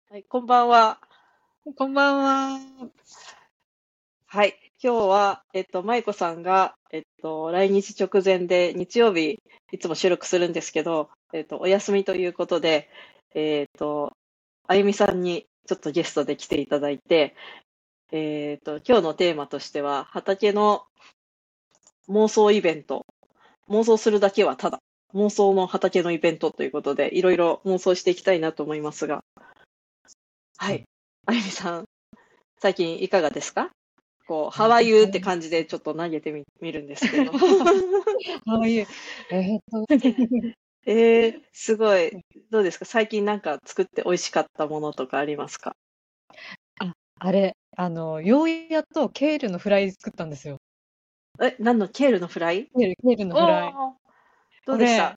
はい、こんばんは。 こんばんは。 はい、今日は、舞子さんが、来日直前で日曜日、いつも収録するんですけど、お休みということで、あゆみさんにちょっとゲストで来ていただいて、今日のテーマとしては、畑の妄想イベント、妄想するだけはただ、妄想の畑のイベントということで、いろいろ妄想していきたいなと思いますが、はい、あゆみさん、最近いかがですか？こう、ハワイユーって感じでちょっと投げてみるんですけど。 ああいう、えーっと、 すごい。どうですか？最近なんか作って美味しかったものとかありますか？ あれ、ようやっとケールのフライ作ったんですよ。 何のケールのフライ？ ケールのフライ。 おー、どうでした？ これ、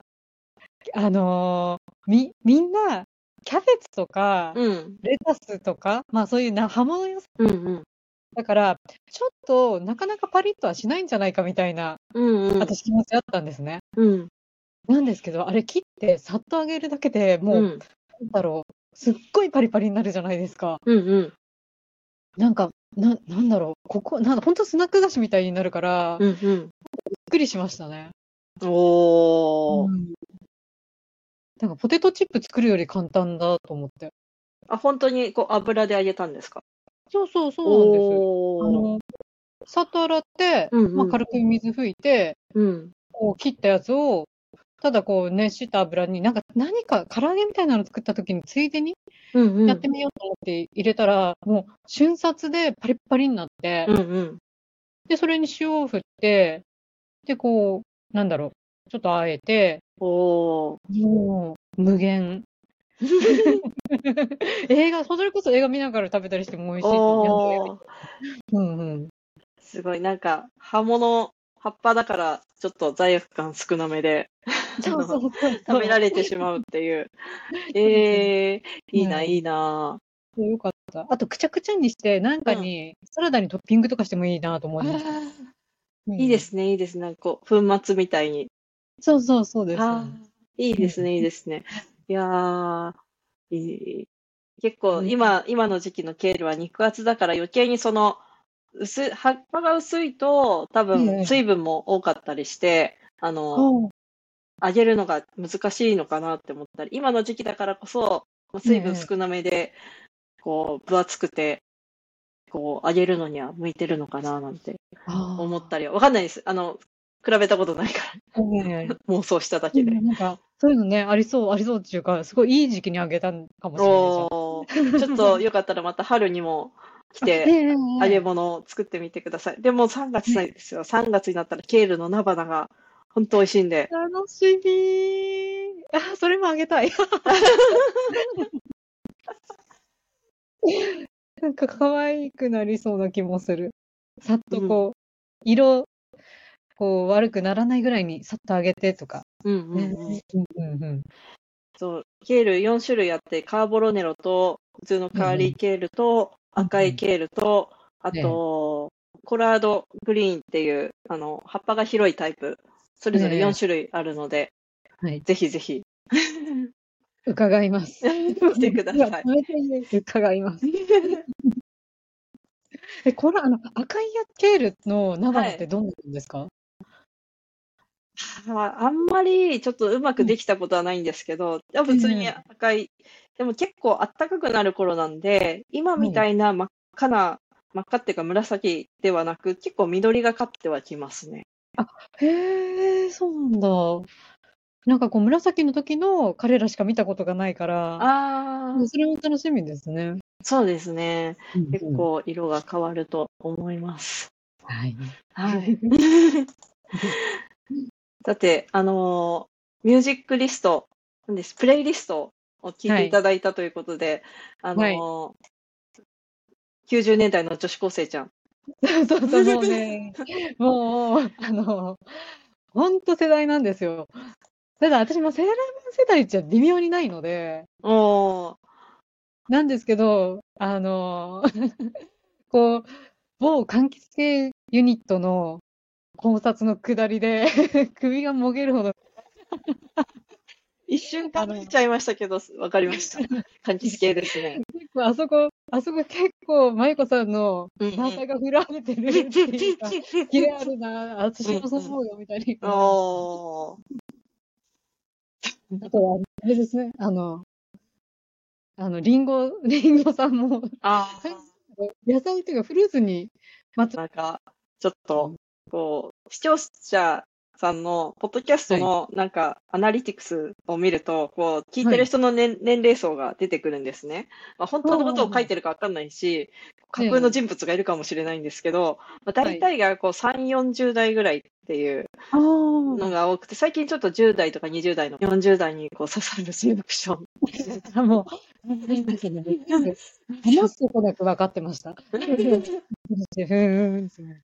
みんな、キャベツとか、 うん、 レタスとか、まあそういう葉物野菜うん、うん、 だから、ちょっとなかなかパリッとはしないんじゃないかみたいな、 うん、うん、 私気持ちあったんですね。 うん、 なんですけど、あれ切ってさっと揚げるだけでもう、 うん、 なんだろすっごいパリパリになるじゃないですか。 うん、うん、 なんか、なんだろう、ほんとスナック菓子みたいになるから、 うん、うん。 びっくりしましたね。うおー。 ん。なんかポテトチップ作るより簡単だと思って。 あ、本当にこう油で揚げたんですか？ そうなんです。あおー。 の、さっと洗って、 うん、 まあ、 うん、 軽く水拭いて、 うん、 こう切ったやつを、ただこう熱した油に、なんか何か唐揚げみたいなの作った時についでにうん、うん、 やってみようと思って入れたら、もう瞬殺でパリッパリになって、 うん、うん。 で、それに塩を振って、で、こう、なんだろちょっと和えて、 おー。 もう、無限。それこそ映画見ながら食べたりしても美味しいって、 おー。 うんうん。 すごい、なんか、葉っぱだから、ちょっと罪悪感少なめで、あそうその、 うそう食べらそう。 れてしまうっていう。 そうそいいな、 う。はい。 いいな。 よかった。あと、くちゃくちゃにして、なんうん。 かに、サラダにトッピングとかしてもいいなと思あいました。 あ、 うん。 いいですね、いいですね。なんかこう、粉末みたいに。 そうです。 ああ、いいうん。 ですね、いいですね。いやー、いい結構、 ね。 今の時期のケールは肉厚だから余計に葉っぱが薄いと、多分、水ええ。 分も多かったりして、 は揚げるのが難しいのかなって思ったり、今の時期だからこそ、 い。え水分少え。 なめで、こう、分厚くて、こう、揚げるのには向いてるのかななんて思っあたりは、わかんないです。比べたことないかあ。ええ。 ら、妄想しただけで。 でもなんか、そういうのね、ありそうっていうか、すごいいい時期にあげたんかもしれない、じゃあ。 おー、ちょっとよかったらまた春にも来あ、えて、 え揚げええ物を作ってみてください。でも3月ね、 なんですよ。3月になったらケールの菜花が本当美味しいんで。 楽しみ。あ、それもあげたい。なんか可愛くなりそうな気もする。さっうん、 とこう、色、こう悪くならないぐらいにさっとあげてとか。 うん、うね。 ん、うん。 うん。 そう、ケール4種類あって、カーボロネロと、普通のカーうんうん。 リーケールと、 うんうん。 赤いケールと、あえと、コラードグリーンっていう、葉っぱが広いタイプ、それえ、 ぞれ4 ええ、 種類あるので、 はい。 ぜひぜひ伺います。 来てくだ今、 さい。 冷たいです。伺います。赤いケールの菜はい。 花ってどんなのですか？ あんまりちょっとうまくうん。 できたことはないんですけど、普通にええ、 赤い。でも結構暖かくなる頃なんで、今みはい。 たいな真っ赤っていうか紫ではなく、結構緑がかってはきますね。 あ、へえ、そうなんだ。なんかこう紫の時の彼らしか見たことがないから、 ああ、 それも楽しみですね。 そうですね。結うんうん。 構色が変わると思います。 はい。 はい。さて、ミュージックリスト、なんです、プレイリストを聞いてはい。 いただいたということで、あはい。 の90年代の女子高生ちゃん。 もうね、もう、ほんと世代なんですよ。ただ私もセーラームーン世代じゃ微妙にないので、 おー、 なんですけど、こう、某柑橘系ユニットの考察の下りで首がもげるほど一瞬感じちゃいましたけど、わかりました。柑橘系ですね。 結構あそこ結構、舞子さんのうんうん。 ナタが振られてるっていうか、キレあるな、私もそう思うよ、みたいに思いました。 おー。 あとは、あれですね、リンゴさんも、 あ野菜っていうかフルーツにまつなんか、ちょっと、 うんこう、視聴者さんの、ポッドキャストはい。 の、アナリティクスを見ると、こう、聞いてるはい。 人の年齢層が出てくるんですね。まあ、本当のことを書いてるかわかんないし、架空のええ人物がいるかもしれないんですけど、まあ、大はい。 体がこう、3、40代ぐらいっていうあのが多くて、最近ちょっと10代とか20代の40代にこう刺さるセレクション。 あ、もう、いいですね。話すことなく分かってました。ふーんですね。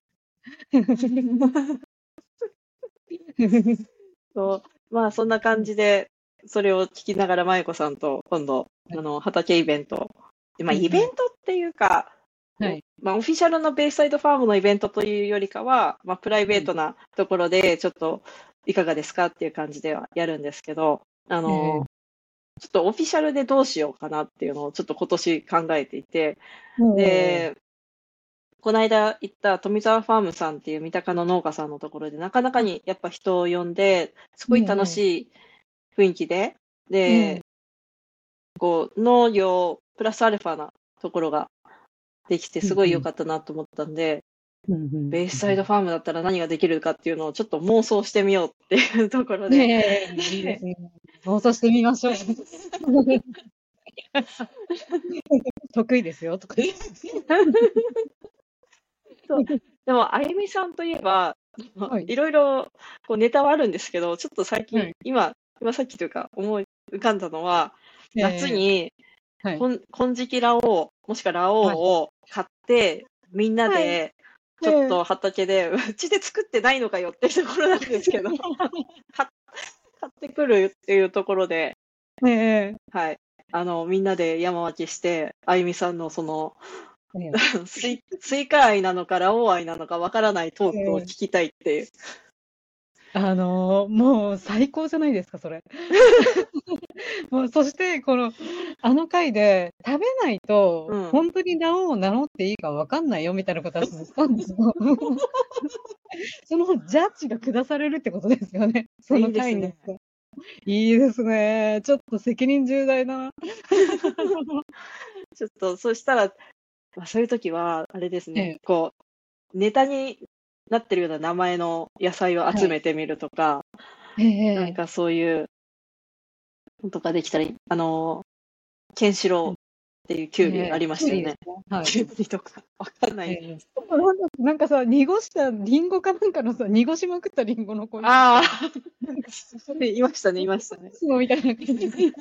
そう、まあ、そんな感じで、それを聞きながら、まゆこさんと、今度、畑イベント。まあ、イベントっていうか、 はい。 まあ、オフィシャルのベイサイドファームのイベントというよりかは、まあ、プライベはい。 ートなところで、ちょっと、いかがですかっていう感じではやるんですけど、 ええ。 ちょっとオフィシャルでどうしようかなっていうのをちょっと今年考えていて、 おお。 で、この間行った富澤ファームさんっていう三鷹の農家さんのところで、なかなかあ、 にやっぱ人を呼んで、すごい楽しええい雰囲気で、で、 ええ。 こう、農業プラスアルファなところができて、すごい良うんうん。 かったなと思ったんで、 うんうん。 ベイサイドファームだったら何ができるかっていうのをちょっと妄想してみようっていうところで、 ええ、いいですね。妄想してみましょう。得意ですよ、とか言って。 そう。でも、あゆみさんといえば、 はい。 いろいろこうネタはあるんですけど、ちょっと最近、 はい。 今さっきというか思い浮かんだのは、 ええ。 夏にはい。 金色羅皇、もしくは羅はい。 皇を買って、みんなはい。 で、 ええ。 ちょっと畑で、うちで作ってないのかよっていうところなんですけど、買買ってくるっていうところで、 ええはい。みんなで山分けして、あゆみさんのその、 ええ。 スイカ愛なのか、ラオウ愛なのかわからないトークを聞ええ。 きたいっていう。 もう最高じゃないですか、それ。もう、そして、あの回で、食べないと、 うん。 本当にラオウを名乗っていいかわかんないよ、みたいなことはしたんですよ。そのジャッジが下されるってことですよね。そのいいですね。 回によって。いいですね。ちょっと責任重大だな。 ちょっと、そしたら、まあ、そういう時は、あれですね、 ええ、 こう、ネタになってるような名前の野菜を集はい。 めてみるとか、 ええ、 そういうのとかできたり、ケンシロウっていうキュウリありまキュウしたよね。 リですね。はい。 キュウリとか、わかんない。 ええ。なんかさ、濁したリンゴかなんかのさ、濁しまくったリンゴの子いましたあよね。 あ、いましたね、いましたね。 そうみたいな感じで。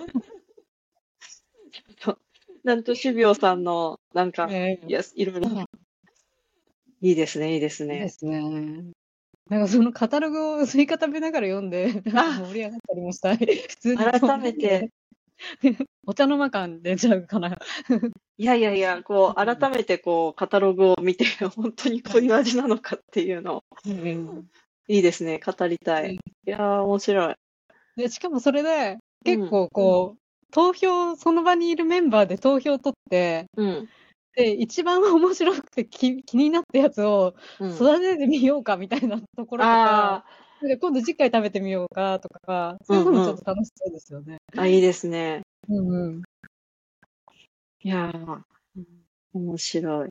そうなんと、種苗さんの、 ええ、 いろいろ、いいですね、いいですね。 ですね。なんかそのカタログをスイカ食べながら読んで、なんかあ、 盛り上がったりもしたい。普通に今改日で。 めて、 お茶の間感出ちゃうかな。 いやいやいや、こう、改めてこう、カタログを見て、本当にこういう味なのかっていうのを、 うんいいですね、語りたい。いやー、面白い。 で、しかもそれで、結うん、 構その場にいるメンバーで投票を取って、 うん、 で、一番面白くて気になったやつをうん。 育ててみようかみたいなところとか、 あで今度次回食べてみようかとか、 ー、 そういうのもちょっうん、うん。 と楽しそうですよね。 あ、いいですね。 うんうん。 いやー、面白い。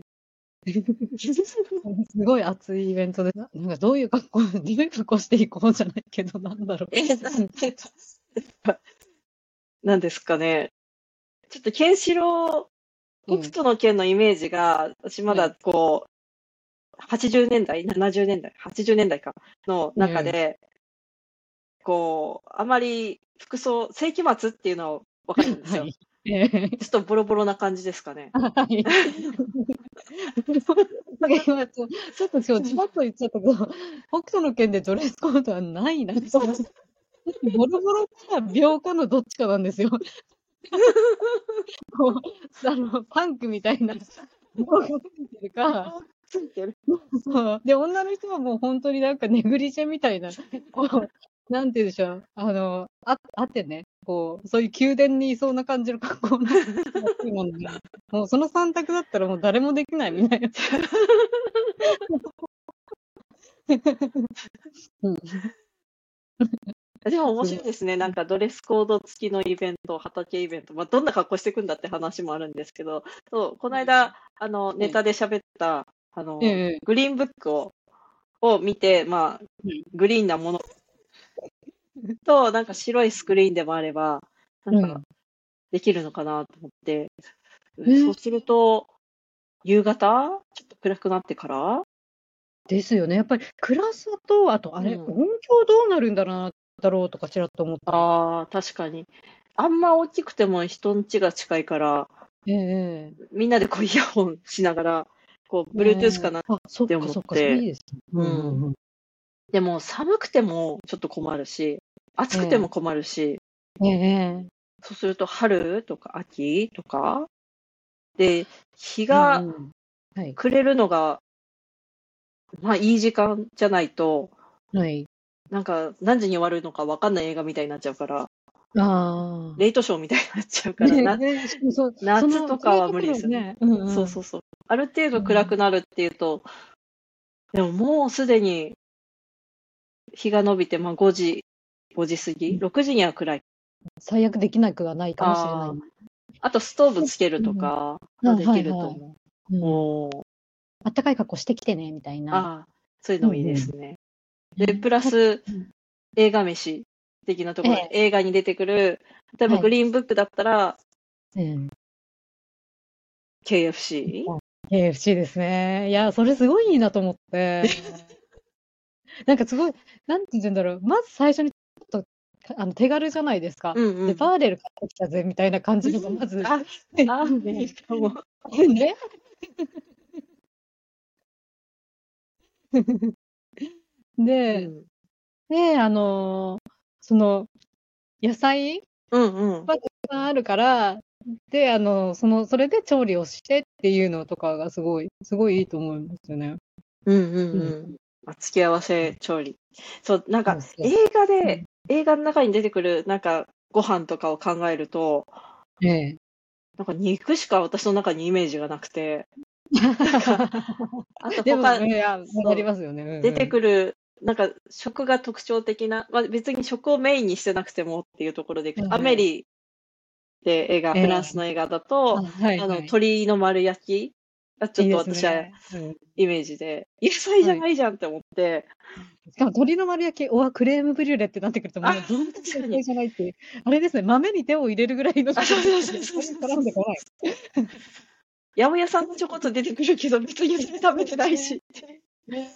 すごい熱いイベントで、なんかどういう格好していこうじゃないけど、なんだろう。 なんですかね。ちょっとケンシロウ、北うん。 斗の拳のイメージが、私まだはい。 こう、80年代、70年代、80年代かの中えで、こう、あまり服装、世紀末っていうのはわかるんですよ。 はい。ええちょっとボロボロな感じですかね。 はい。なんか今ちょっと今日ちらっと言っちゃったけど、北斗の拳でドレスコードはないなと思って。ボロボロか秒かのどっちかなんですよ。こパンクみたいな、ボロボロついてるか、 ついてる。 そう。で、女の人はもう本当になんかネグリジェみたいな、こなんて言うんでしょう。あってね、こう、そういう宮殿にいそうな感じの格好の人が多いもんで、もうその3択だったらもう誰もできないみたいな。うん。 でも面すごい。 白いですね。なんかドレスコード付きのイベント、畑イベント、まあ、どんな格好していくんだって話もあるんですけど、そう、この間、ネタで喋った、 ええ、 グリーンブックを見て、まあ、グリーンなものと、なんか白いスクリーンでもあれば、なんかうん。 できるのかなと思って、 ええ、 そうすると、夕方ちょっと暗くなってからですよね。やっぱり暗さと、あとあれ、 うん。 音響どうなるんだろうとかちらっと思ったり。 ああ、確かに。あんま大きくても人ん家が近いから、 ええみんなでこうイヤホンしながら、こう、 ええ Bluetooth かなっあ、そって思っかそっか、それいて、 いですね。ううんうん。 んうん。 でも寒くてもちょっと困るし、暑くてもええ困るし、 えええそうすると春とか秋とか、で、日えがはい。 暮れるのが、まあいい時間じゃないと、 はい。 なんか何時に終わるのかわかんない映画みたいになっちゃうから、 ああ。 レイトショーみたいになっちゃうから、 ねね、しかもそういうと夏とかは無理ですよね。 ころね、うんうん。 そうそうそう。ある程度暗うん。 くなるっていうと、でももうすでに日が伸びて、まあ5時過ぎ ?6 時には暗い。 最悪できなくはないかもしれない。 ああ、あとストーブつけるとうん。 かあ、 ができはいはい。 ると思うう。 ん。 おー、 あったかい格好してきてね、みたいな。 ああ、そういうのもいいうんうん。 ですね。で、 ね、 プラスうん。 映画飯的なところで、 ええ、 映画に出てくる、例えばはい。 グリーンブックだったらうん。 KFC? あ、KFC ですね。いや、それすごいいいなと思って。なんかすごい、なんて言うんだろう、まず最初にちょっと、手軽じゃないですか。で、 うんうん。 パーレル買ってきたぜみたいな感じのがまず、 あ、 ね、 あ、いいね、 かも。 ね。で、 うん。 その、野菜うんうん。 はたくさんあるから、で、それで調理をしてっていうのとかがすごいいいと思いますよね。 うんうんうん。 うん。まあ、付け合わせ調理。そう、なんかそうそう。うん。 映画の中に出てくるなんかご飯とかを考えると、 ええ。 なんか肉しか私の中にイメージがなくて、なんか、あとでも、 他、 いや、わかそう、 りますよね。うん出てうん。 くる、なんか食が特徴的な、まあ、別に食をメインにしてなくてもっていうところでいくと、アメえリでフランスえええ。 の映画だあ、 と、 はいはい。 鶏の丸焼きがちょっといいです私はね。うん。 イメージで、野菜じゃはい。 ないじゃんって思って、 しかも鶏の丸焼き、クレームブリュレってなってくると、 あ、 もうどんどん確かに。 野菜じゃないっていう。あれですね、豆に手を入れるぐらいのあ、 ところでしかそうそうそう野菜がそうそうそう。 絡んでこない。 八百屋さんのちょこっと出てくるけど、別にそれ食べてないし。 ね。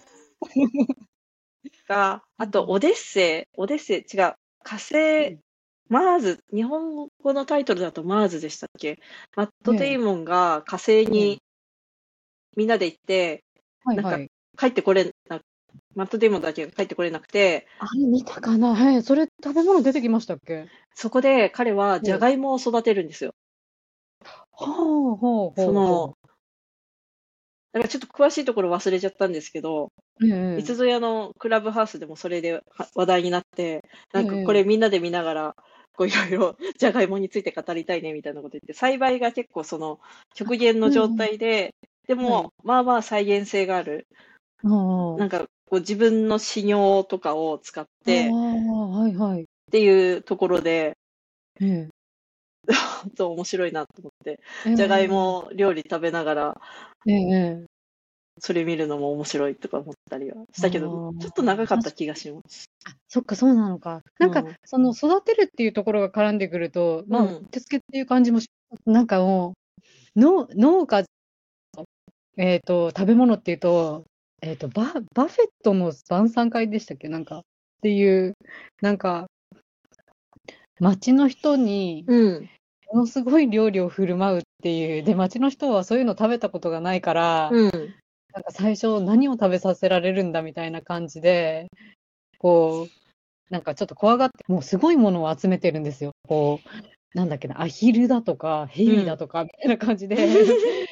あと、オデッセイ、違う、火星、 うん。 マーズ、日本語のタイトルだとマーズでしたっけ？マット・デイええ、 モンが火星ええ。 にみんなで行って、なんかはいはい。 帰ってこれな、マット・デイモンだけが帰ってこれなくて、 あれ見たかな、はい、それ食べ物出てきましたっけ？ そこで彼はジャほう。 ガイモを育てるんですよ。 ほうほうその、 ほうほなんかちょっと詳しいところ忘れちゃったんですけど、 う。えいつえぞやのクラブハウスでもそれで話題になって、 ええ。 なんかこれええ。 みんなで見ながら、こういろいろじゃがいもについて語りたいねみたいなこと言って、栽培が結構その極限の状うんうん。 態で、ではい。 もまあまあ再現性がある、 ああ。 なんかこう自分の飼料とかを使っああ、 てはいはい。 っていうところで、 ええ。 本当面白いなと思って、 えじゃがいえ。 も料理食べながら、 ええええ。 それ見るのも面白いとか思ったりはしたけど、ちょっと長ああ、 かった気がします。 そっか、そうなのか。なんか、 うん。 その育てるっていうところが絡んでくると、まあ、うっうん。 てつけっていう感じもします。なんかもう、農家食べ物っていうと、バフェットの晩餐会でしたっけ？なんか、っていう、なんか、町の人に、 うん。 ものすごい料理を振る舞うっていう、で、町の人はそういうの食べたことがないから、 うん。 なんか最初何を食べさせられるんだみたいな感じで、こう、なんかちょっと怖がって、もうすごいものを集めてるんですよ。こう、なんだっけな、アヒルだとか、ヘうん。 ビだとかみたいな感じで、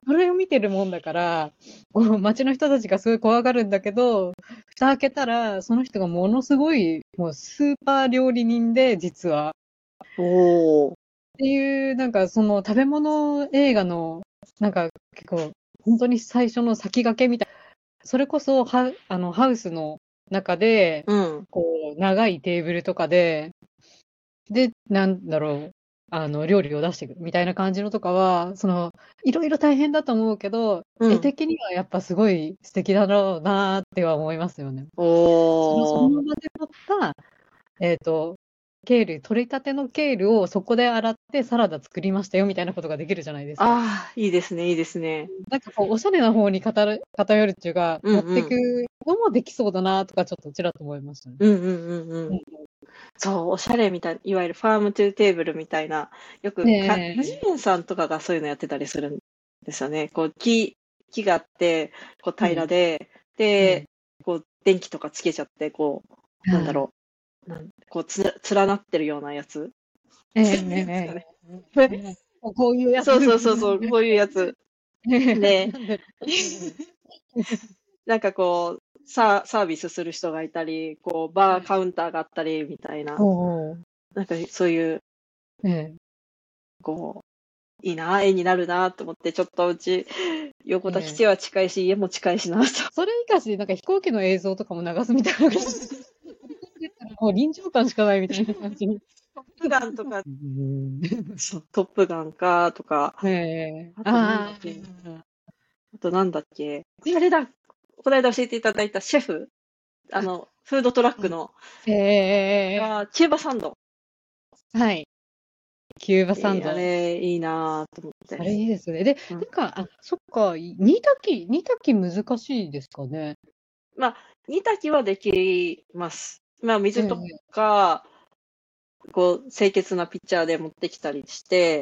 それを見てるもんだから、こう街の人たちがすごい怖がるんだけど、蓋開けたら、その人がものすごい、もうスーパー料理人で、実は。 おー。 っていう、なんかその食べ物映画の、なんか結構、本当に最初の先駆けみたいな。それこそ、ハウスの中で、 うん。 こう、長いテーブルとかで、なんだろう、料理を出していくみたいな感じのとかは、いろいろ大変だと思うけど、絵うん。 的にはやっぱすごい素敵だろうなっては思いますよね。そおー。 の場で取った、えっと、取れたてのケールをそこで洗ってサラダ作りましたよみたいなことができるじゃないですか。 ああ、いいですね、いいですね。 なんかこう、おしゃれな方に偏るっていうか、持ってくうんうん。 のもできそうだなとか、ちょっとちらっと思いましたね。 うんうんうんうん。 うんそう、おしゃれみたい、いわゆるファームトゥーテーブルみたいな、よく果樹ね園さんとかがそういうのやってたりするんですよね。こう、木があって、こうえ、 平らで、 ええ、 で、こう、電気とかつけちゃって、こう、なんだはい。 ろこう、連なってるようなやつ。 ええ、 そういうやつがね。 こういうやつそうそうです。 そうそう、こういうやつ。で、 なんで、 なんかこう、サービスする人がいたり、こう、バーカウンターがあったり、みたいな。 おお、 なんかそういう、 ええ、 こう、いいな、絵になるなと思って、ちょっとうち、横田基ええ。 地は近いし、家も近いしなと。 それ以下し、なんか飛行機の映像とかも流すみたいな感じで、もう臨場感しかないみたいな感じに。 トップガンとか、 うん。 そうトップガンか、とか、 ええ。 あとなんだっあけ、 あ。 あとなんだっけ、あれだ、この間教えていただいたシェフ、フードトラックの、 ええ。 キューバサンド。 はい。キューバサンあド。 れ、いいなと思って。 あれいいですね。で、 うん。 なんか、そっか、煮炊き難しいですかね。 まあ、煮炊きはできます。まあ、水とええ。 か、こう、清潔なピッチャーで持ってきたりして、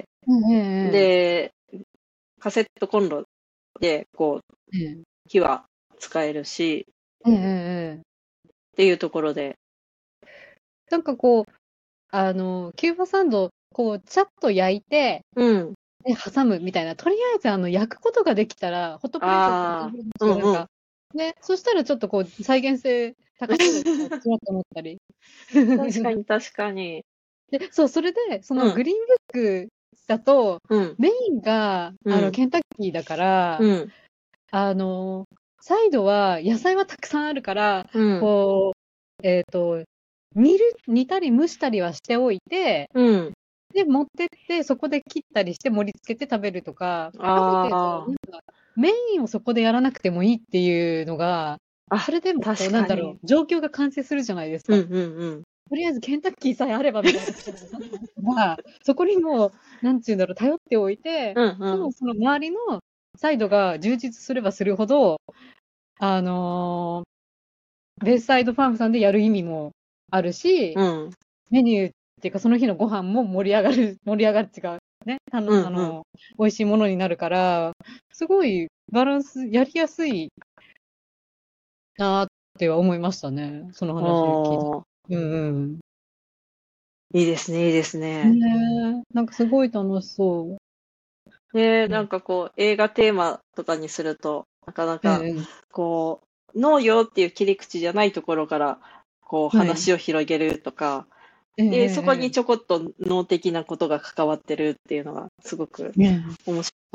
ええで、カセットコンロで、こう、 ええ。 火は使えるし、 ええええええ。 っていうところで。 なんかこう、キューバサンド、こう、ちゃっと焼いて、 うん。 で、挟むみたいな。とりあえず、焼くことができたら、ホットプレートってああ、 あるんですよ、 うんうん。 なんか。ね、そしたらちょっとこう、再現性高そうとか、ちらっと思ったり。 確かに確かに。 で、そう、それで、そうん、 のグリーンブックだと、 うん、 メインが、 うん、 ケンタッキーだから、 うん、 あの、サイドは野菜はたくさんあるから、 うん、 こう、煮たり蒸したりはしておいて、 うん。 で、持ってって、そこで切ったりして盛り付けて食べるとか、ある程度、 あメインをそこでやらなくてもいいっていうのが、 あ、 それでも、こう、 確かに。 なんだろう、状況が完成するじゃないですうん、 か。 うん、うん。 とりあえずケンタッキーさえあればみたいなところが、そこにも、なんていうんだろう、頼っておいて、 うん、 でもうん、 その周りのサイドが充実すればするほど、あのベースサイドファームさんでやる意味もあるし、 うん、 メニューっていうかその日のご飯も盛り上がるっていうか、ね、 うん、うん。 美味しいものになるから、すごいバランス、やりやすいなーっては思いましたね。その話聞いて。 おー、 うんうん。 いいですね、いいですね。 ねえ、なんかすごい楽しそう。 で、 うんなんかこう、映画テーマとかにすると、なかなか、 ええ、 こう、農業っていう切り口じゃないところから、こう、 はい。 話を広げるとか、 ええで、そこえええにちょこっと脳的なことが関わってるっていうのが、すごくえ。ねえ。 面白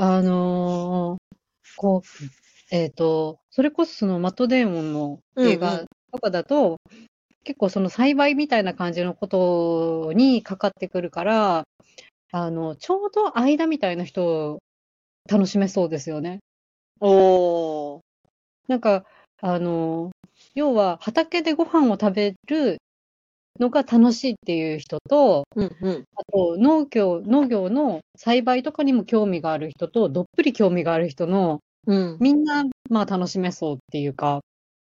こう、それこそそのマットデーモンのい。うんうん。 映画とかだと、結構その栽培みたいな感じのことにかかってくるから、ちょうど間みたいな人を楽しめそうですよね。 おー。 なんか、あの、要は畑でご飯を食べるのが楽しいっていう人と、 うんうん。 あと農業の栽培とかにも興味がある人と、どっぷり興味がある人の、 うん。 みんな、まあ楽しめそうっていうか、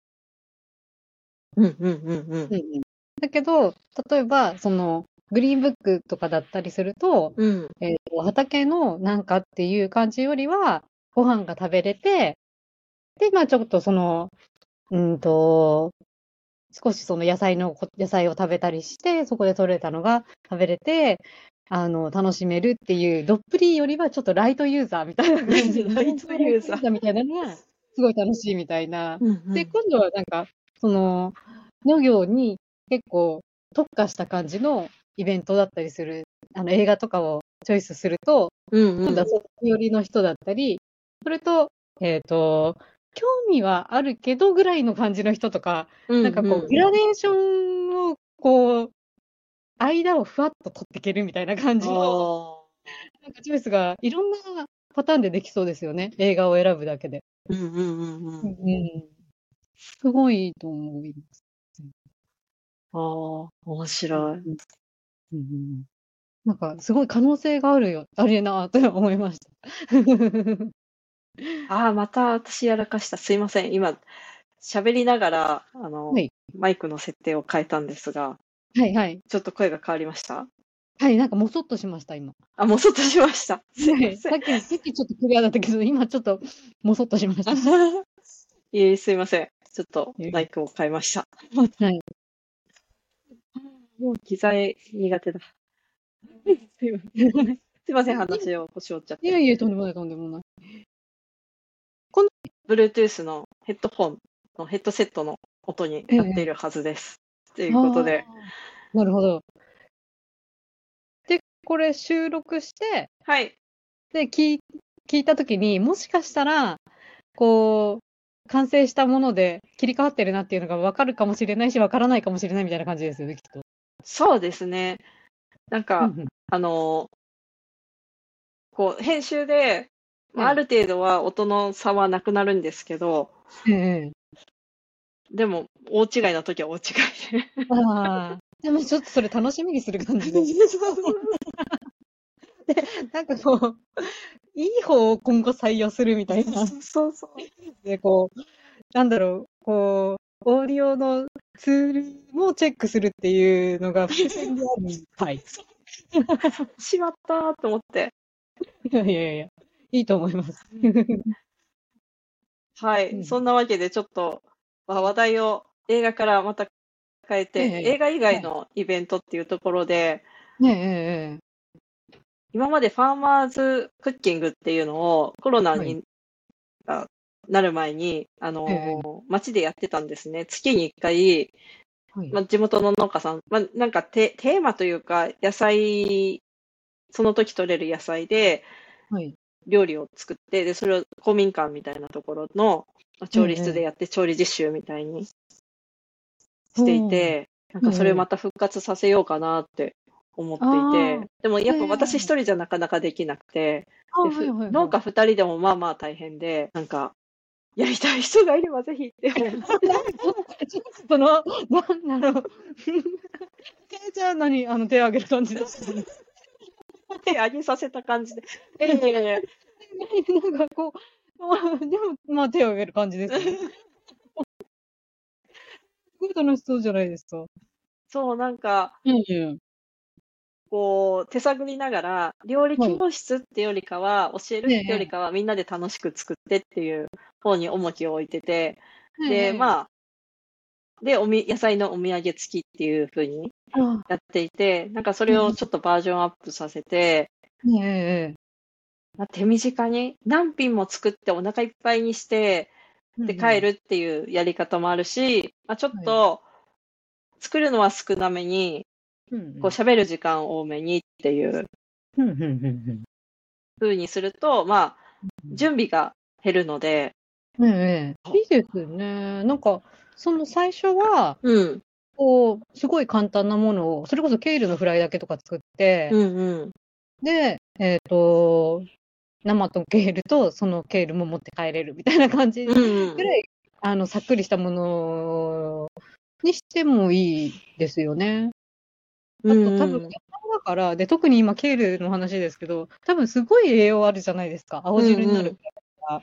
うんうんうんうん。 うんうん。だけど、例えば、グリーンブックとかだったりすると、 うん。 畑のなんかっていう感じよりは、ご飯が食べれて、で、まあちょっとうんと、少しその野菜を食べたりして、そこで採れたのが食べれて、 楽しめるっていう、どっぷりよりはちょっとライトユーザーみたいな感じで、 ライトユーザー。 みたいなのが、すごい楽しいみたいな。で、 うんうん。 今度はなんか、その、農業に結構特化した感じのイベントだったりする、映画とかをチョイスすると、 うんうん。 今度はそっち寄りの人だったり、それと、えっと、興味はあるけどぐらいの感じの人とか、 うなんかこう、 んうん。 グラデーションを、こう、間をふわっと取っていけるみたいな感あじの、 あ。 なんかチョイスがいろんなパターンでできそうですよね。映画を選ぶだけで。 うんうんうんううん。 ん。すごいいいと思います。 ああ、面うん白い。 うんうん。なんかすごい可能性があるなと思いました。 ああ、また私やらかした。すいません。今、喋りながら、 はい。 マイクの設定を変えたんですが、 はいはい。 ちょっと声が変わりました？ はい、なんかもそっとしました、今。 あ、もうそっとしました。すいはい。 ません。 さっきちょっとクリアだったけど、今ちょっともそっとしました。 いえ、すいません。ちょっとええ。 マイクを変えました。 はい。 もう機材苦手だ。すいません。すいません、話を腰折っちゃって。 いやいや、とんでもない、とんでもない。この、 Bluetooth のヘッドホンのヘッドセットの音にええ、 なっているはずです。ということあで、 あ、なるほど。で、これ収録して、 はい。 で、聞いたときに、もしかしたら、こう、完成したもので切り替わってるなっていうのが分かるかもしれないし、分からないかもしれないみたいな感じですよね、きっと。 そうですね。なんか、 うんうん。 あの、こう、編集で、まあ、あはい。 る程度は音の差はなくなるんですけど、 えええ。 でも、大違いの時は大違いで。 ああ。でもちょっとそれ楽しみにする感じで。なんかこう、いい方を今後採用するみたいな。 そうそう。 で、こう、なんだろう、こう、オーディオのツールもチェックするっていうのが伏線であるみたい。 しまったーと思って。 いやいやいや、いいと思います。 はい。そうん。 んなわけで、ちょっと、まあ話題を映画からまた変えて、 ええ、 映画以外はい。 のイベントっていうところで、 ええええええ。 今までファーマーズクッキングっていうのをコロナはい。 になる前に、 ええええ。 街でやってたんですね。月に1回、 はい。 まあ、地元の農家さん、まあ、なんかテーマというか、野菜、その時取れる野菜ではい。 料理を作って、で、それを公民館みたいなところのまあええ調理室でええ。 やって調理実習みたいにしていほう。 て、なんええかそれをええ。 また復活させようかなって思っていああ。 て、でもやっええぱ私一ええ。 人じゃなかなかできなくて、 ああ、 で、 はいはいはい。 農家二人でもまあまあ大変で、なんか、やりたい人がいればぜひって思って、 ちょっとその、なんだろう。じゃあ何、手を挙げる感じですかね。 手上げさせた感じで。いやいやなんかこう、でも、まあ手を挙げる感じですよね。すごい楽しそうじゃないですか。 そう、なんか、 うんうん。 こう、手探りながら、料理はい。 教室ってよりかは、教えるええってよりええ。 かは、みんなで楽しく作ってっていう方に重きを置いてて、 ええで、 ええ。 まあ、で、野菜のお土産付きっていう風にああ、 やっていて、なんかそれをちょっええとバージョンアップさせて、 ええええええ。 まあ、手短に何品も作ってお腹いっぱいにして、で、 うんうん。 帰るっていうやり方もあるし、まあ、ちょっはい。 と作るのは少なめに、こううんうん。 喋る時間多めにっていうふんふんふんふん。 風にすると、まあ、 うん。 準備が減るので、 ええええ。いいですね。なんか、その最初は、 うん、 こう、すごい簡単なものを、それこそケールのフライだけとか作って、 うんうん、 で、生とケールとそのケールも持って帰れるみたいな感じうんうん、 ぐらい、さっくりしたものにしてもいいですよね。 うあと多分、野んうん、 菜だから、で、特に今ケールの話ですけど、多分すごい栄養あるじゃないですか。青うんうん、 汁になるから。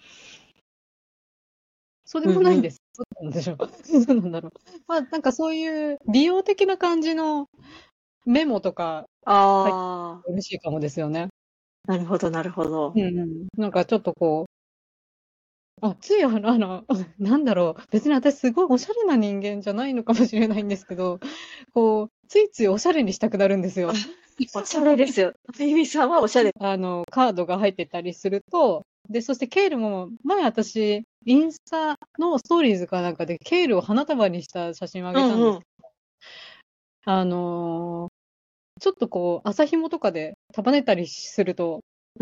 そうでうんうん。 もないんです。そうなんでしょう。そうなんだろう。まあ、なんかそういう美容的な感じのメモとか入ってああ、 嬉しいかもですよね。 なるほど、なるほど。 うんうん。なんかちょっとこついなんだろう、別に私すごいおしゃれな人間じゃないのかもしれないんですけど、こうついついおしゃれにしたくなるんですよ。 おしゃれですよ。ゆみさんはおしゃれ。 カードが入ってたりすると、で、そしてケールも、前私、インスタのストーリーズかなんかでケールを花束にした写真をあげたんですけど、あのーちょっとこう、麻紐とかで束ねたりすると、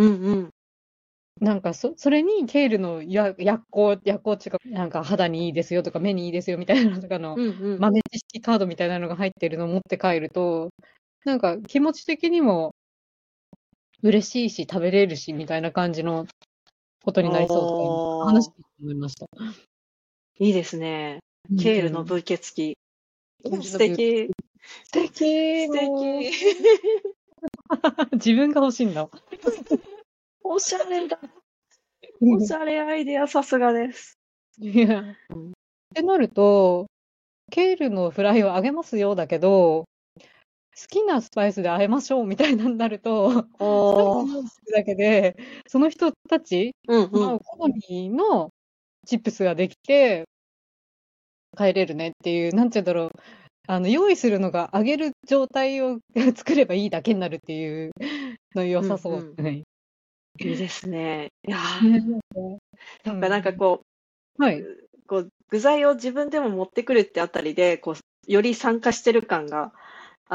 なんかそれにケールの薬効っていうか、なんか肌にいいですよとか目にいいですよみたいなのとかの豆知識カードみたいなのが入ってるのを持って帰ると、なんか気持ち的にも嬉しいし食べれるしみたいな感じのことになりそうとか今話して思いました。 いいですね。ケールのブーケ付き。素敵。 素敵。 素敵。 自分が欲しいんだ。 おしゃれだ。おしゃれアイデアさすがです。 いや。ってなると、ケールのフライをあげますよだけど、好きなスパイスで和えましょうみたいになると、スパイス用意するだけで、その人たちの好みのチップスができて、帰れるねっていう、なんて言うんだろう。用意するのが揚げる状態を作ればいいだけになるっていうの良さそうですね。 いいですね。いやなんかこう、具材を自分でも持ってくるってあたりで、こう、より参加してる感があって、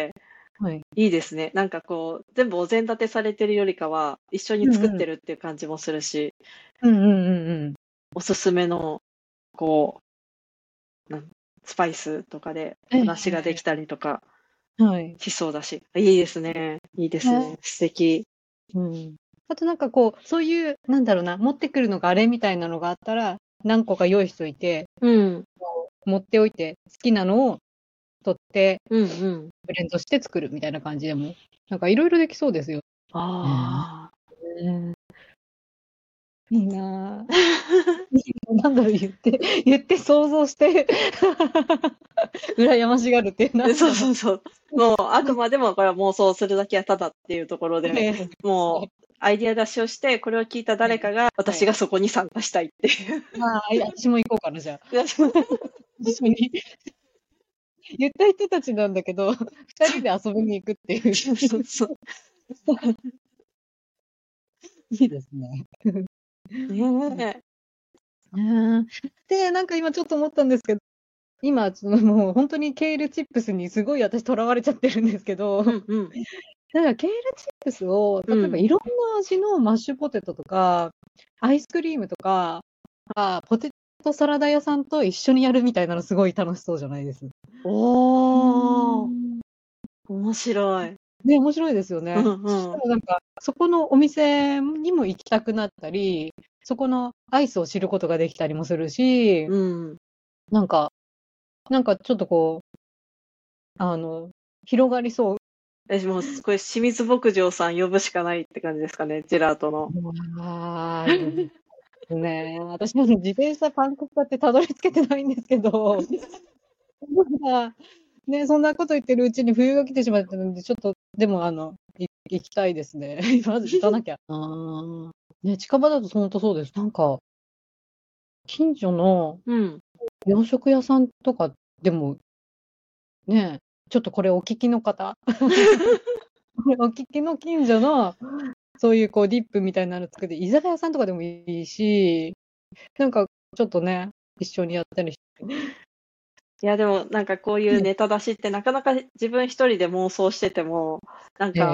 いいですね。なんかこう、全部お膳立てされてるよりかは、一緒に作ってるっていう感じもするし、おすすめの、こう、スパイスとかで話ができたりとかしそうだし、いいですね。いいですね。素敵。 あとなんかこう、そういう、なんだろうな、持ってくるのがあれみたいなのがあったら、何個か用意しといて、持っておいて、好きなのを取って、ブレンドして作るみたいな感じでも、なんかいろいろできそうですよ。いいなぁ。なんだろう、言って想像して羨ましがるっていうそう。もう、あくまでもこれは妄想するだけはただっていうところで、もう、アイディア出しをして、これを聞いた誰かが、私がそこに参加したいっていう。 私も行こうかな、じゃあ。一緒に。言った人たちなんだけど、二人で遊びに行くっていう。いいですね。で、なんか今ちょっと思ったんですけど、今、もう本当にケールチップスにすごい私とらわれちゃってるんですけど、なんかケールチップスを、例えばいろんな味のマッシュポテトとか、アイスクリームとか、ポテトサラダ屋さんと一緒にやるみたいなのすごい楽しそうじゃないです。 面白い。 ね、面白いですよね。しかもなんか、そこのお店にも行きたくなったり、そこのアイスを知ることができたりもするし、なんかちょっとこう、広がりそう。 もう、これ、清水牧場さん呼ぶしかないって感じですかね、ジェラートの。 ね、私も自転車パンク使ってたどり着けてないんですけど、ね、そんなこと言ってるうちに冬が来てしまったので、ちょっと、でも行きたいですね。まず行かなきゃ。ね、近場だと本当そうです。なんか、近所の洋食屋さんとかでも、ね、ちょっとこれお聞きの方、お聞きの近所の、そういうこうディップみたいなの作って、居酒屋さんとかでもいいし、なんかちょっとね、一緒にやったりして。 いや、でも、なんかこういうネタ出しってなかなか自分一人で妄想してても、なんか、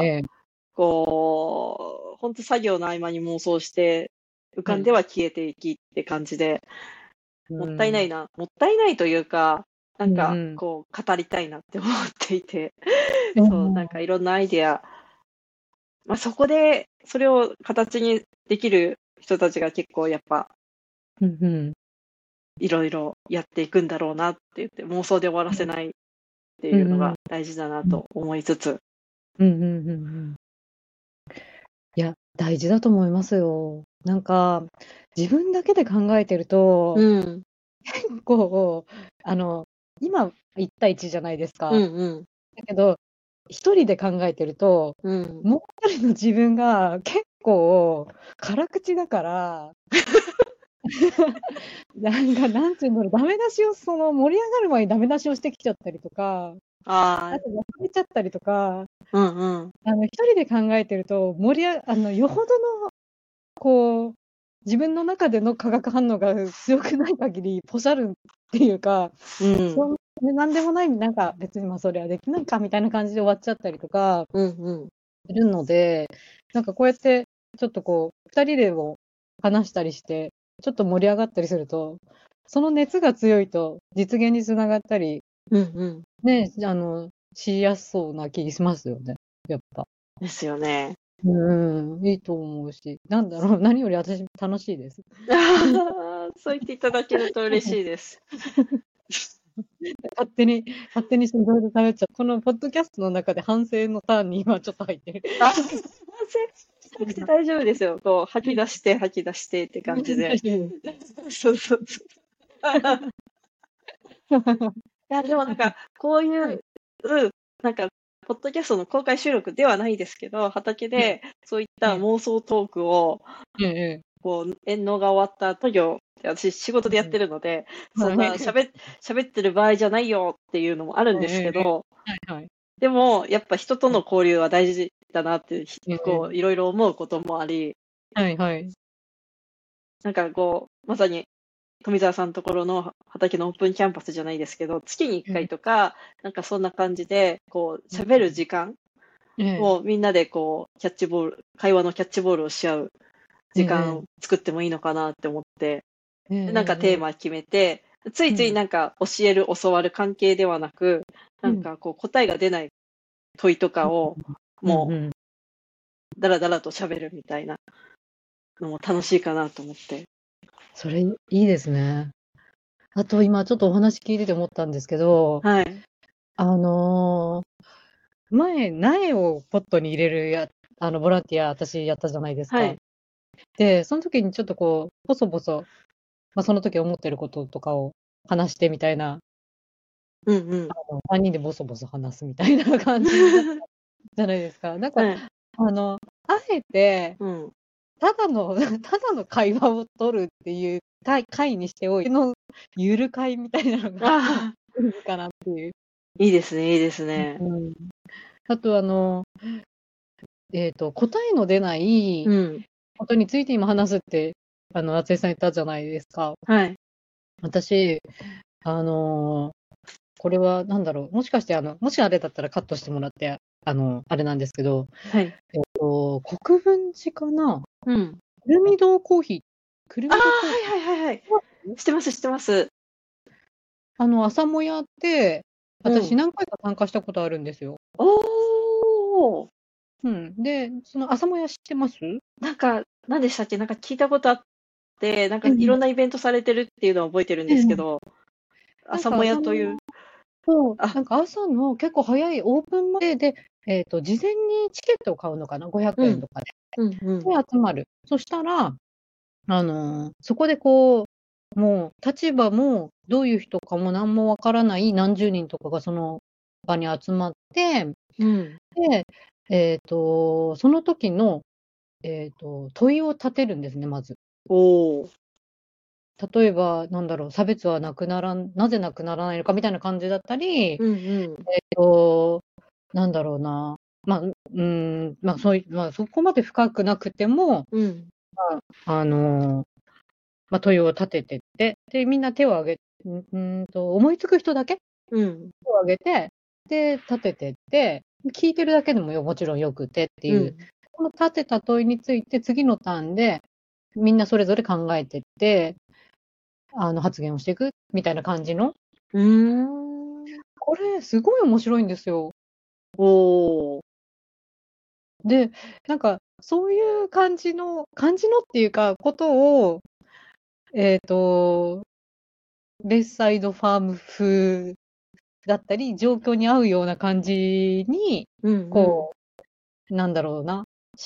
こう、本当作業の合間に妄想して、浮かんでは消えていきって感じで、もったいないな。もったいないというか、なんか、こう、語りたいなって思っていて、そう、なんかいろんなアイデア、まあそこで、それを形にできる人たちが結構やっぱ、いろいろやっていくんだろうなって言って、妄想で終わらせないっていうのが大事だなと思いつつ。 いや、大事だと思いますよ。なんか、自分だけで考えてると、結構、今、1対1じゃないですか。だけど、一人で考えてると、もう一人の自分が結構辛口だからなんか、なんていうんだろう、ダメ出しを盛り上がる前にダメ出しをしてきちゃったりとか、 ああ、 あと忘れちゃったりとか、 うんうん。 一人で考えてると、よほどの、こう、自分の中での化学反応が強くない限り、ポシャるっていうか、 うん。 なんでもない、なんか別にまあそれはできないかみたいな感じで終わっちゃったりとかうんうん。 するので、なんかこうやって、ちょっとこう、二人でも話したりして、ちょっと盛り上がったりすると、その熱が強いと実現につながったり、 うんうん。 ね、しやすそうな気しますよね。やっぱ。 ですよね。 うん、いいと思うし、なんだろう、何より私楽しいです。 そう言っていただけると嬉しいです。 勝手に、勝手にしていろいろ食べちゃう。このポッドキャストの中で反省のターンに今ちょっと入ってる。 あ、反省しなくて大丈夫ですよ。こう、吐き出して吐き出してって感じで。そうそうそう。いや、でもなんか、こういう、 はい。 なんか、ポッドキャストの公開収録ではないですけど、畑ええ、 でそういったええ、 妄想トークを、 ええ、 こう、遠納が終わった後私仕事でやってるので、そんはい。 な喋ってる場合じゃないよっていうのもあるんですええ、ええ、 けど、 はいはい。 でも、やっぱ人との交流は大事だなって、 えこう、いえ、 ろいろ思うこともあり、 はいはい。 なんかこう、まさに富澤さんのところの畑のオープンキャンパスじゃないですけど、月に1 ええ、 回とか、なんかそんな感じで、こう、 うん、 喋る時間ええ、 をみんなでこう、会話のキャッチボールをし合うえ時間をえ、 作ってもいいのかなって思って、 ええ、 でなんかええ、ええ、 テーマ決めて、ついついうん、 なんか教える、教わる関係ではなく、 うん、 なんかこう答えが出ない問いとかを、 うん、うもん。 う、だらだらと喋るみたいなのも楽しいかなと思って。 それいいですね。あと今ちょっとお話聞いてて思ったんですけど、 はい。 あの前、苗をポットに入れるボランティア私やったじゃないですか。 はい。 で、その時にちょっとこう、ボソボソ、まあ、その時思ってることとかを話してみたいな、 うんうん。 3人でボソボソ話すみたいな感じだったじゃないですか。なんか、 はい。 あえて、 うん。 ただの、ただの会話を取るっていう会にしておいての、ゆる会みたいなのがあってもああ、 いいのかなっていう。 いいですね、いいですね。 うん。あと、答えの出ないうん。 ことについて今話すって、夏江さん言ったじゃないですか。 はい。 私、あのこれはなんだろう、もしかして、もしあれだったらカットしてもらって、あれなんですけど、 はい。 国分寺かな、 うん。 くるみ堂コーヒー、くるああ、 み堂コーヒはいはいはいはい。 ー、 知ってます、知ってます。 朝もやって、私うん。 何回か参加したことあるんですよ。 おー。 うん。で、その朝もや知ってます？ なんか、何でしたっけ？なんか聞いたことあって、なんかいろんなええイベントされてるっていうのは覚えてるんええ。 ですけど、朝もなんかやという、 そう、 あ、 なんか朝の結構早いオープン前で、事前にチケットを買うのかな、500 うん、 円とかで。 うんうん、 で、集まる。そしたら、そこでこう、もう立場もどういう人かも何もわからない何十人とかがその場に集まって、 うん。 で、その時の、問いを立てるんですね、まず。 おー。 例えば、なんだろう、差別はなぜなくならないのかみたいな感じだったり、 うんうん、 と、なんだろうな、まあ、まあ、まあ、そこまで深くなくても、 うん、 まあ、まあ、問いを立ててって、で、みんな手を挙げ思いつく人だけうん、 手を挙げて、で、立ててって、聞いてるだけでももちろんよくてっていう、 うん。 この立てた問いについて次のターンで、みんなそれぞれ考えてって、発言をしていくみたいな感じの、 うーん。 これすごい面白いんですよ。 おー。 で、なんか、そういう感じのっていうか、ことを、えっと、ベッサイドファーム風だったり、状況に合うような感じに、 うんうん。 こなんだろうな、して、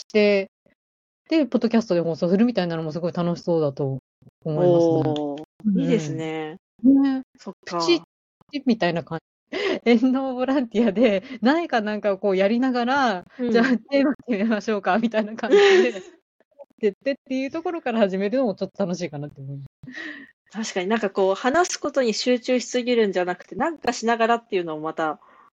で、ポッドキャストで放送するみたいなのもすごい楽しそうだと思いますね。 おー。いいですうんね。 うん。ね、 そっプチッか。 みたいな感じ。遠農ボランティアで、何かなんかをこうやりながら、じゃあうん。 テーマ決めましょうかみたいな感じで、っていうところから始めるのもちょっと楽しいかなって思います。 確かになんかこう、話すことに集中しすぎるんじゃなくて、なんかしながらっていうのもまた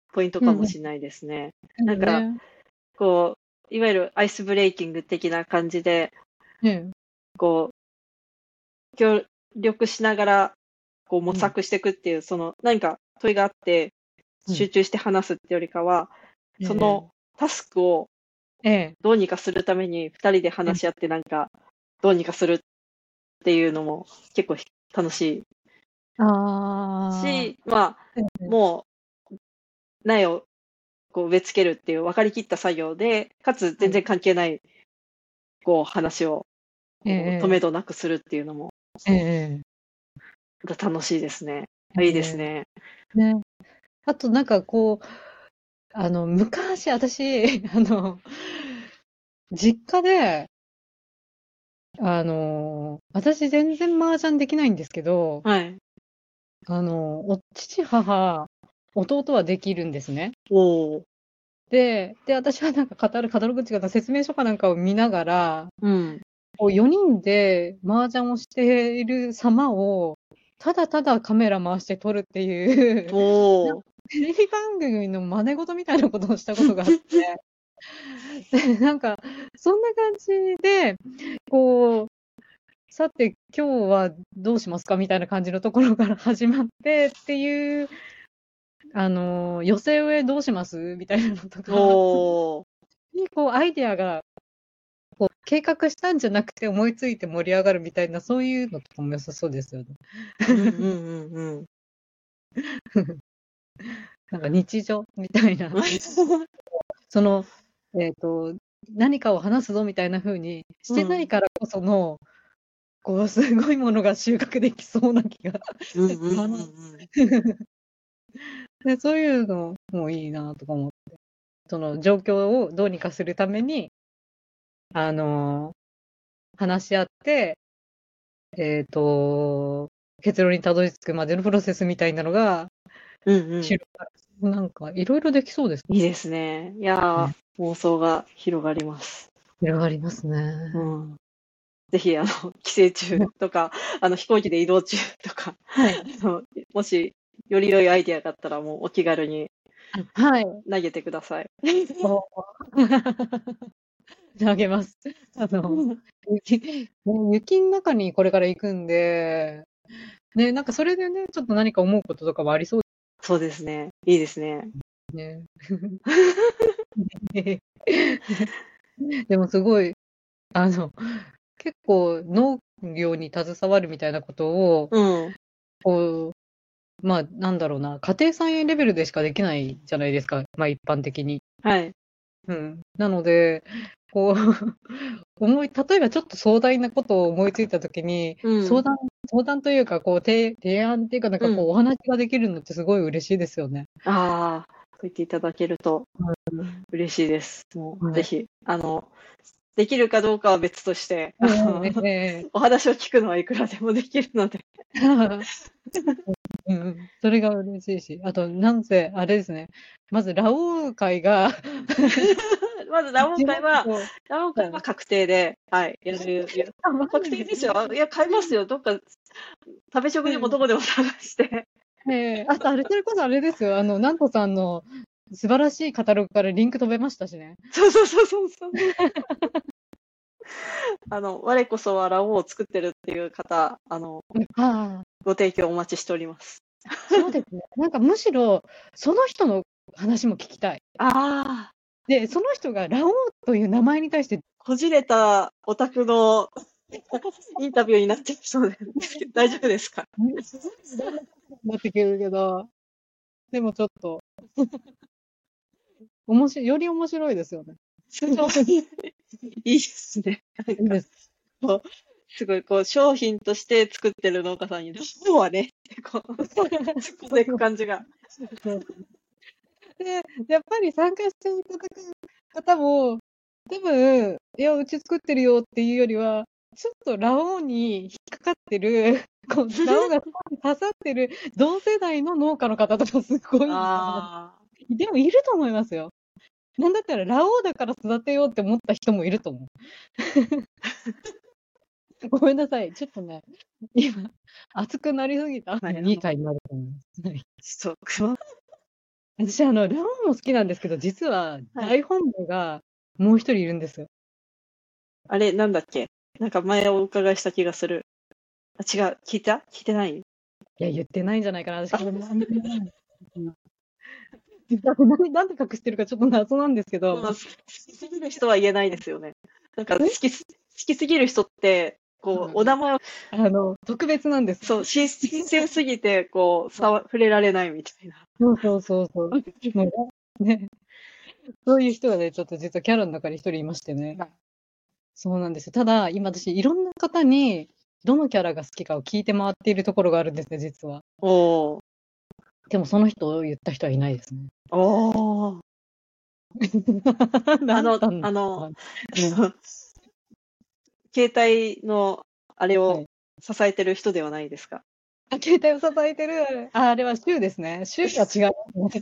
ポイントかもしれないですね。なんか、 ね。 こう、いわゆるアイスブレイキング的な感じで、 ね。 こう、協力しながら、こう模索していくっていう、その何か問いがあって、集中して話すってよりかは、そのタスクをどうにかするために二人で話し合ってなんか、どうにかするっていうのも結構楽しいし、まあ、もう苗をこう植え付けるっていう分かりきった作業で、かつ全然関係ないこう話をこう止めどなくするっていうのも楽しいですね。いいですね。 ね。あとなんかこう、昔私、実家で、私全然麻雀できないんですけど、 はい。 父、母、弟はできるんですね。 おー。 で、私はなんかカタログっていうか説明書かなんかを見ながら、 うん。 こう4人で麻雀をしている様を、ただただカメラ回して撮るっていう、 おー。 テレビ番組の真似事みたいなことをしたことがあって、でなんか、そんな感じで、こう、さて今日はどうしますかみたいな感じのところから始まってっていう、寄せ植えどうしますみたいなのとか、 おー。 にこうアイデアが、こう計画したんじゃなくて思いついて盛り上がるみたいな、そういうのとかも良さそうですよね。 うんうんうんうん。 なんか日常みたいな、その、えっと、何かを話すぞみたいな風にしてないからこその、こう、すごいものが収穫できそうな気が。 うんうんうんうん。 で、そういうのもいいなとか思って。その状況をどうにかするために、あの、話し合って、えっと、結論にたどり着くまでのプロセスみたいなのが、 うんうん。 広がる。なんか、いろいろできそうですいいですね。いやね。 ー、妄想が広がります。 広がりますうね。 ん。ぜひ、帰省中とか、飛行機で移動中とか、 はい。 もし、より良いアイディアがあったら、もうお気軽にはい。 投げてください。 投げます。雪、ね雪の中にこれから行くんで、ね、なんかそれでね、ちょっと何か思うこととかはありそうそうですね。いいですね。 ですね。でもすごい、あの、結構農業に携わるみたいなことを、 うん。 こまあ、なんだろうな、家庭菜園レベルでしかできないじゃないですか、まあ一般的に。 はい。 うん。なので、こう、例えばちょっと壮大なことを思いついたときに、 うん。 相談というか、こう、提案っていうか、なんかこう、 うん。 お話ができるのってすごい嬉しいですよね。 ああ、そう言っていただけるとうん。 嬉しいです。もう、 はい。 ぜひ、できるかどうかは別として、お話を聞くのはいくらでもできるので。 うん、それが嬉しいし、あと、なんせ、あれですね、まず、ラオウ会がまず、ラオウ地元会は、 の、 ラオウ会は確定で、はい、 あ、マ確ジで。 定ですよ。いや、買いますよ。どっか、食べ食でもどこでも探して。 あと、それこそあれですよ、なんとさんの素晴らしいカタログからリンク飛べましたしね。 そうそうそうそうそう。我こそはラオウを作ってるっていう方、 ああ、 ご提供お待ちしております。 そうですね。なんかむしろ、その人の話も聞きたい。 ああ、 で、その人がラオウという名前に対して、 こじれたオタクのインタビューになっちゃいそうですけど、大丈夫ですか？ すごい時代のことになってくるけど、でもちょっと、より面白いですよね。 いいですね。なんか、 いいです。 こう、すごい、商品として作ってる農家さんに、ラオウはね、って突っ込んでいく感じが。 で、やっぱり参加していただく方も、多分、いや、うち作ってるよっていうよりは、ちょっとラオウに引っかかってる、ラオウが刺さってる同世代の農家の方とかすごいいたはず。 ああ、 でもいると思いますよ。なんだったらラオウだから育てようって思った人もいると思う。ごめんなさい。ちょっとね、今、熱くなりすぎた。 はい、 いい回になると思います。はい。 ちょっと、 私、ラオウも好きなんですけど、実ははい。 大本命がもう一人いるんですよ。 あれ、なんだっけ？なんか前お伺いした気がする。あ、違う。聞いてない？ いや、言ってないんじゃないかな。私、 あ、 これ実はなんで隠してるかちょっと謎なんですけど、 好きすぎる人は言えないですよね。なんか好きすぎる人って、こう、お名前を、 特別なんです。 そう、新鮮すぎて、こう、触れられないみたいな。 そうそうそうそう。もうね、そういう人がね、ちょっと実はキャラの中に一人いましてね。そうなんですよ。ただ、今私、いろんな方に、どのキャラが好きかを聞いて回っているところがあるんですね、実は。 おー、 でも、その人を言った人はいないですね。 おー。 なんなんだろうね。 携帯の、あれをはい。 支えてる人ではないですか？ あ、携帯を支えてる、あれはシュウですね。シュウは違いますね。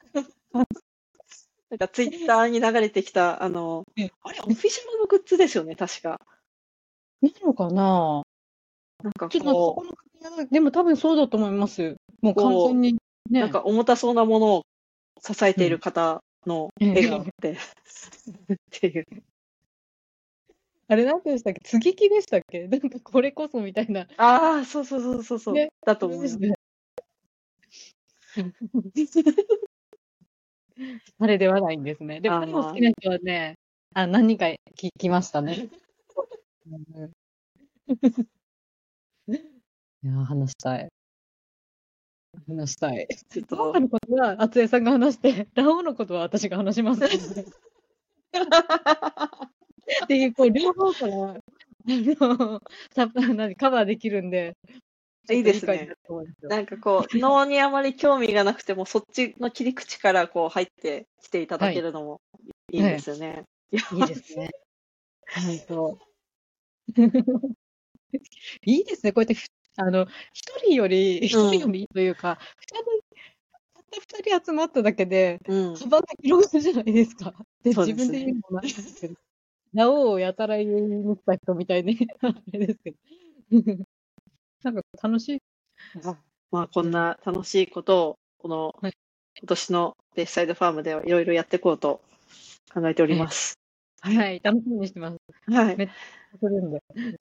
なんかツイッターに流れてきた、 えあれ、オフィシャルのグッズですよね、確か。 いいのかな。 なんかちょっとなんかそこのでも多分そうだと思います。もう完全になんね。 か重たそうなものを支えているうん。 方の絵があっええて、っていう。 あれなんでしたっけ、接ぎ木でしたっけ、なんかこれこそみたいな。 ああ、そうそうそうそうそう、 ね、 だとそれ思います。 ですね。あれではないんですね。でも、 あ彼も好きあ、 な人はね、何人か聞きましたね。うん、いや、話したい。話したい。 ちょっと、 農家のことは、厚江さんが話して、ラオウのことは私が話しますので。っていう、こう、両方から、カバーできるんで、ちょっいいといい感じですね。 だと思うんですよ。 なんかこう、脳にあまり興味がなくても、そっちの切り口からこう入ってきていただはい。 けるのもいいんはい。 ですよね。いや、 いいですね。本当。いいですね。こうやってうん、 一人よりというか、たった二人集まっただけで、 うん、 幅が広がるじゃないですか。で、自分そうですね。 で言うのもなんですけど、ラオウをやたら言いに来た人みたいに、あれですけど。なんか楽しい。 あ、まあ、こうん。 んな楽しいことを、このはい。 今年のベイサイドファームではいろいろやっていこうと考えておりええ、 ます。 はい、楽しみにしてます。 はい。 めっちゃするんで。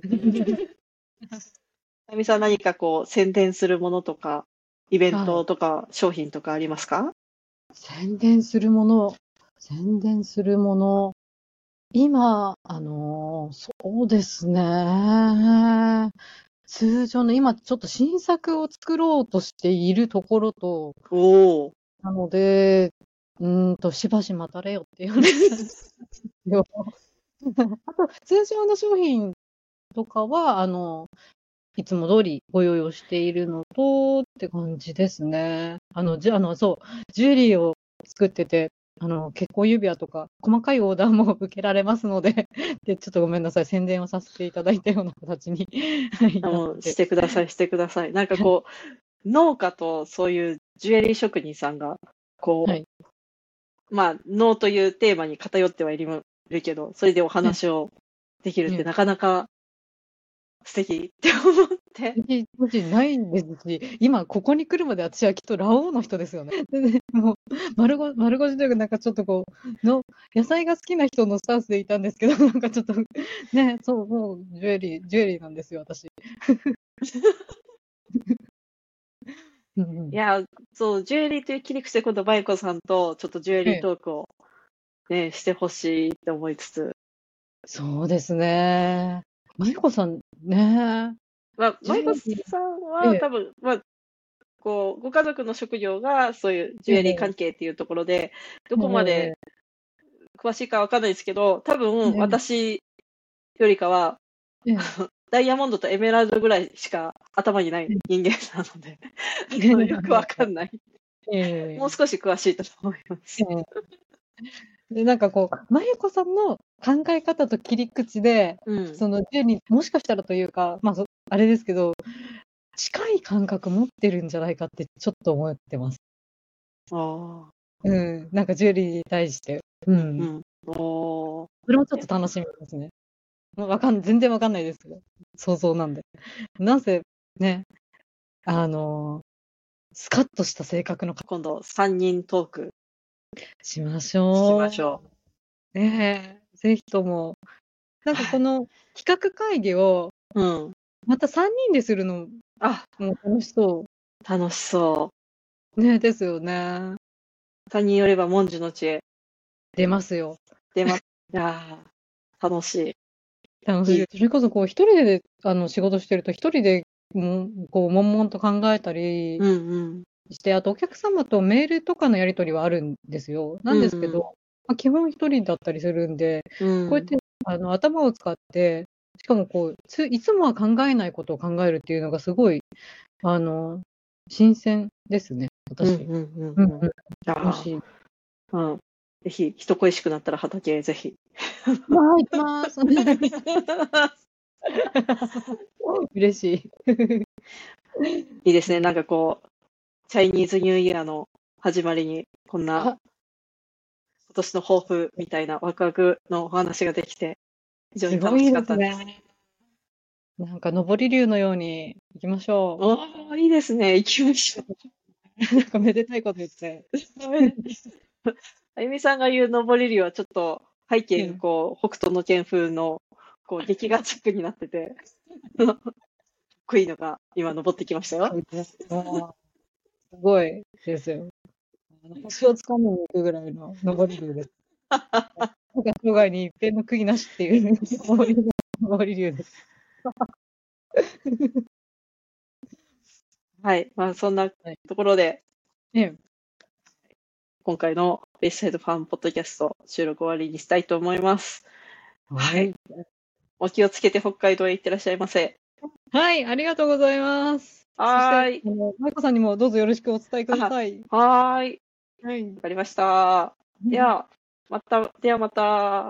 あみさん、何かこう宣伝するものとか、イベンはい。 トとか商品とかありますか？ 宣伝するもの、宣伝するもの。今、そうですね。通常の今ちょっと新作を作ろうとしているところと、 おおー。 なので、しばし待たれよっていう話なんですよ。あと、通常の商品とかは、いつも通りご用意をしているのとって感じですね。そう、ジュエリーを作ってて、結婚指輪とか、細かいオーダーも受けられますので、で、ちょっとごめんなさい、宣伝をさせていただいたような形に、はい、なっもうして。 てください、してください。なんかこう、農家とそういうジュエリー職人さんが、こはい。 う、まあ、農というテーマに偏ってはいるけど、それでおね、 話をできるってね、 なかなか素敵って思って。 無事ないんですし、今ここに来るまで私はきっとラオウの人ですよね。でね、もう、丸腰というか、なんかちょっとこう、野菜が好きな人のスタンスでいたんですけど、なんかちょっと、ね、そう、もうジュエリーなんですよ、私。うんうん。 いや、そう、ジュエリーという切り口で今度、バイコさんとちょっとジュエリーええ、 トークをね、してほしいって思いつつ、 そうですね。マイコさん、ね、 まあ、 ジュエマイコリー、 さんええ、 は多分、まあ、こう、ご家族の職業がそういうジュエリー関ええ、 係っていうところで、どえこまでえ、 詳しいかわかんないですけど、多分ええ、 私よりかは、 ええ、 ダイヤモンドとエメラルドぐらいしか頭にない人間なので、 ええ、 よくわかんない。 ええ、 もう少し詳しいと思います。 ええ、で、なんかこう、マユコさんの考え方と切り口で、 うん。 そのジュにもしかしたらというか、まあ、あれですけど、近い感覚持ってるんじゃないかってちょっと思ってます。 ああ。 うん。なんかジュエリーに対して。うん。 うんうん。おー。 それもちょっと楽しみですね。全然わかんないですけど、想像なんで。なんせ、ね、あの、 スカッとした性格の方今度3人トークしまししょう。 ましょねえ、ぜひとも。なんかこの企画会議をう。うん。 また3人でするのあ、 も楽しそ。 楽しそうね、ですよね。 う。他人よれば文殊の知恵。 出ますよ。 出ます。いやー、楽しい。 楽しい。それこそこう一人で仕事してると一人でこう悶々と考えたりうんうん。 して、あとお客様とメールとかのやり取りはあるんですよ。なんですけど、基本一人だったりするんで、 うん。 こうやって頭を使って、しかもこういつもは考えないことを考えるっていうのがすごいあの新鮮ですね、私。 うんうんうんうん。 うんうん、楽あしい。 あ、うん。ぜひ、人恋しくなったら畑へぜひ。 まあ、行きます。嬉しい。 いいですね。なんかこう、チャイニーズニューイヤーの始まりに、こんなあ、 今年の抱負みたいなワクワクのお話ができて、非常に楽しすごいでかったです。 すね。なんか、上り竜のように行きましょおー、いいですね。行きましょう。 う。なんか、めでたいこと言って。 あゆみさんが言う登り竜はちょっと背景がうん。 こう、北斗の拳風のこう劇画チックになってて、かっこいいのが今登ってきましたよ。 ああ、すごいですよ。星をつかみに行くぐらいの上り竜です。なんか生涯に一遍の悔いなしっていう上り竜です。 はい。まあそんなはい。 ところで、 ね、 今回のベイサイドファンポッドキャスト収録終わりにしたいと思います。はい。 はい。 お気をつけて北海道へ行ってらっしゃいませ。 はい、ありがとうございます。そして、 はーい。 マイコさんにもどうぞよろしくお伝えくだあ、 さい。 はーい。 はい。 わかりました。では、また。